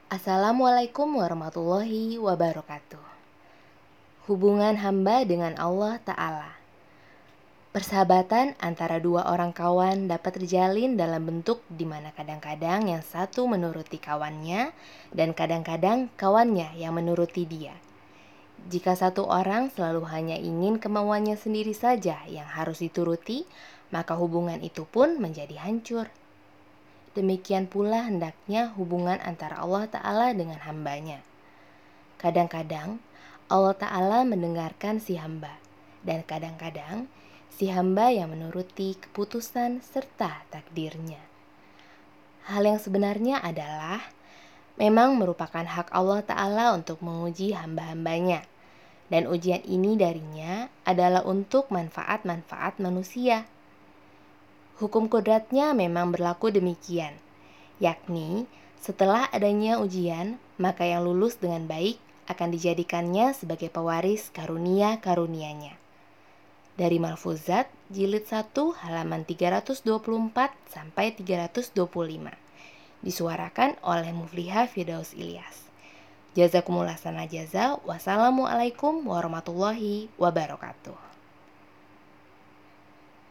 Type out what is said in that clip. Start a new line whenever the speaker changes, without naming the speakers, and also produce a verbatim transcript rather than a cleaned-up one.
Assalamualaikum warahmatullahi wabarakatuh. Hubungan hamba dengan Allah Ta'ala. Persahabatan antara dua orang kawan dapat terjalin dalam bentuk di mana kadang-kadang yang satu menuruti kawannya dan kadang-kadang kawannya yang menuruti dia. Jika satu orang selalu hanya ingin kemauannya sendiri saja yang harus dituruti, maka hubungan itu pun menjadi hancur. Demikian pula hendaknya hubungan antara Allah Ta'ala dengan hambanya. Kadang-kadang Allah Ta'ala mendengarkan si hamba, dan kadang-kadang si hamba yang menuruti keputusan serta takdirnya. Hal yang sebenarnya adalah memang merupakan hak Allah Ta'ala untuk menguji hamba-hambanya, dan ujian ini darinya adalah untuk manfaat-manfaat manusia. Hukum kodratnya memang berlaku demikian, yakni setelah adanya ujian, maka yang lulus dengan baik akan dijadikannya sebagai pewaris karunia-karunianya. Dari Malfuzat, jilid satu halaman tiga ratus dua puluh empat sampai tiga ratus dua puluh lima. Disuarakan oleh Muflihah Firdaus Ilyas. Jazakumullah sana jaza. Wassalamualaikum warahmatullahi wabarakatuh.